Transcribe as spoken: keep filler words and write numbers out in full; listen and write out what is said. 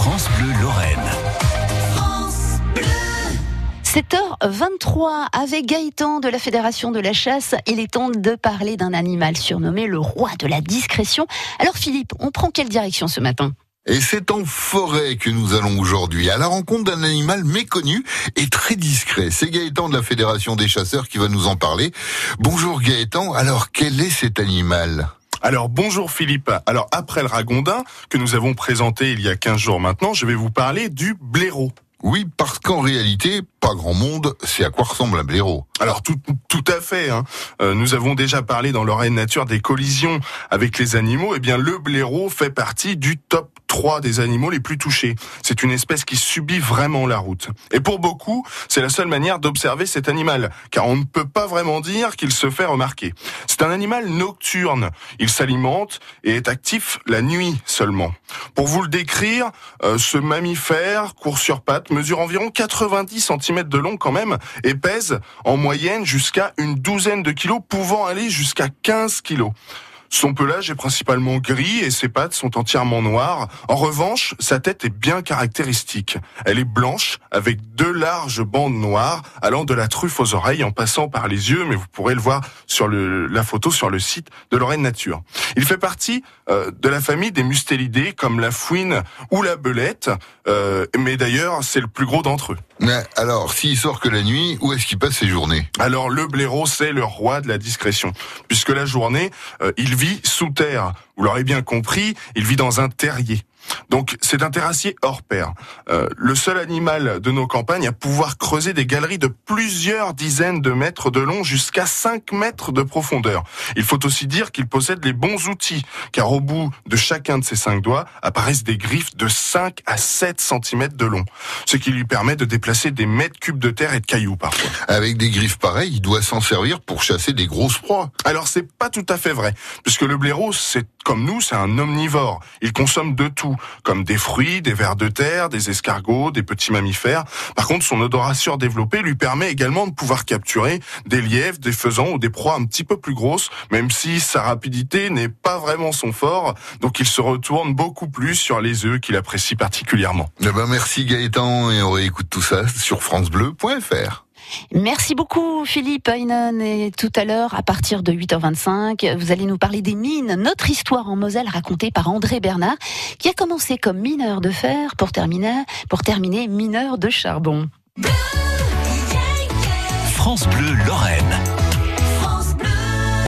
France Bleu Lorraine. sept heures vingt-trois, avec Gaëtan de la Fédération de la Chasse, il est temps de parler d'un animal surnommé le roi de la discrétion. Alors Philippe, on prend quelle direction ce matin ? Et c'est en forêt que nous allons aujourd'hui, à la rencontre d'un animal méconnu et très discret. C'est Gaëtan de la Fédération des chasseurs qui va nous en parler. Bonjour Gaëtan, alors quel est cet animal ? Alors bonjour Philippe, alors après le ragondin que nous avons présenté il y a quinze jours maintenant, je vais vous parler du blaireau. Oui, parce qu'en réalité, pas grand monde sait à quoi ressemble un blaireau. Alors tout, tout à fait, hein. Euh, nous avons déjà parlé dans Lorraine Nature des collisions avec les animaux. Eh bien, le blaireau fait partie du top trois des animaux les plus touchés. C'est une espèce qui subit vraiment la route. Et pour beaucoup, c'est la seule manière d'observer cet animal, car on ne peut pas vraiment dire qu'il se fait remarquer. C'est un animal nocturne. Il s'alimente et est actif la nuit seulement. Pour vous le décrire, euh, ce mammifère court sur pattes, mesure environ quatre-vingt-dix centimètres de long quand même, et pèse en moyenne jusqu'à une douzaine de kilos, pouvant aller jusqu'à quinze kilos. Son pelage est principalement gris et ses pattes sont entièrement noires. En revanche, sa tête est bien caractéristique. Elle est blanche avec deux larges bandes noires allant de la truffe aux oreilles en passant par les yeux, mais vous pourrez le voir sur le, la photo sur le site de Lorraine Nature. Il fait partie euh, de la famille des mustélidés comme la fouine ou la belette, euh, mais d'ailleurs c'est le plus gros d'entre eux. Mais alors, s'il sort que la nuit, où est-ce qu'il passe ses journées ? Alors le blaireau, c'est le roi de la discrétion, puisque la journée, euh, il vit sous terre. Vous l'aurez bien compris, il vit dans un terrier. Donc c'est un terrassier hors pair. Euh, le seul animal de nos campagnes à pouvoir creuser des galeries de plusieurs dizaines de mètres de long jusqu'à cinq mètres de profondeur. Il faut aussi dire qu'il possède les bons outils, car au bout de chacun de ses cinq doigts apparaissent des griffes de cinq à sept centimètres de long, ce qui lui permet de déplacer des mètres cubes de terre et de cailloux parfois. Avec des griffes pareilles, il doit s'en servir pour chasser des grosses proies. Alors c'est pas tout à fait vrai, puisque le blaireau, c'est comme nous, c'est un omnivore. Il consomme de tout, comme des fruits, des vers de terre, des escargots, des petits mammifères. Par contre, son odorat surdéveloppé lui permet également de pouvoir capturer des lièvres, des faisans ou des proies un petit peu plus grosses, même si sa rapidité n'est pas vraiment son fort. Donc il se retourne beaucoup plus sur les œufs qu'il apprécie particulièrement. Eh ben merci Gaëtan, et on réécoute tout ça sur francebleu point f r. Merci beaucoup Philippe Heinen, et tout à l'heure à partir de huit heures vingt-cinq vous allez nous parler des mines, notre histoire en Moselle racontée par André Bernard qui a commencé comme mineur de fer pour terminer, pour terminer mineur de charbon. France Bleu Lorraine.